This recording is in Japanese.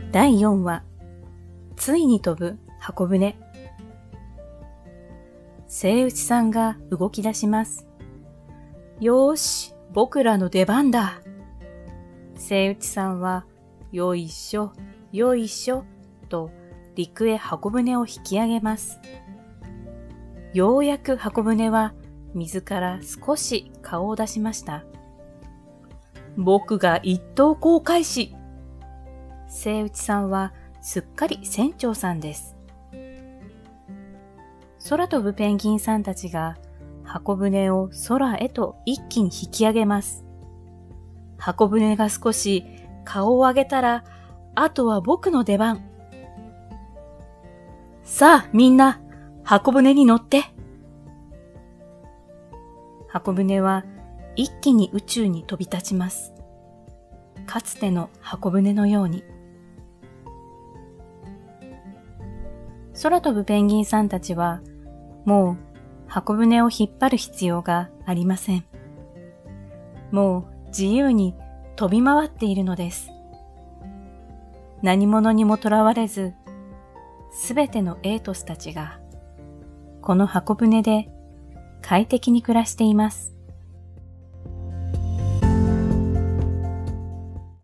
第4話、ついに飛ぶ箱舟。セイウチさんが動き出します。よーし、僕らの出番だ。セイウチさんは、よいしょ、よいしょ、と陸へ箱舟を引き上げます。ようやく箱舟は水から少し顔を出しました。僕が一等航海士。セイウチさんはすっかり船長さんです。空飛ぶペンギンさんたちが箱舟を空へと一気に引き上げます。箱舟が少し顔を上げたら、あとは僕の出番。さあみんな、箱舟に乗って。箱舟は一気に宇宙に飛び立ちます。かつての箱舟のように。空飛ぶペンギンさんたちは、もう箱舟を引っ張る必要がありません。もう自由に飛び回っているのです。何者にもとらわれず、すべてのエイトスたちが、この箱舟で快適に暮らしています。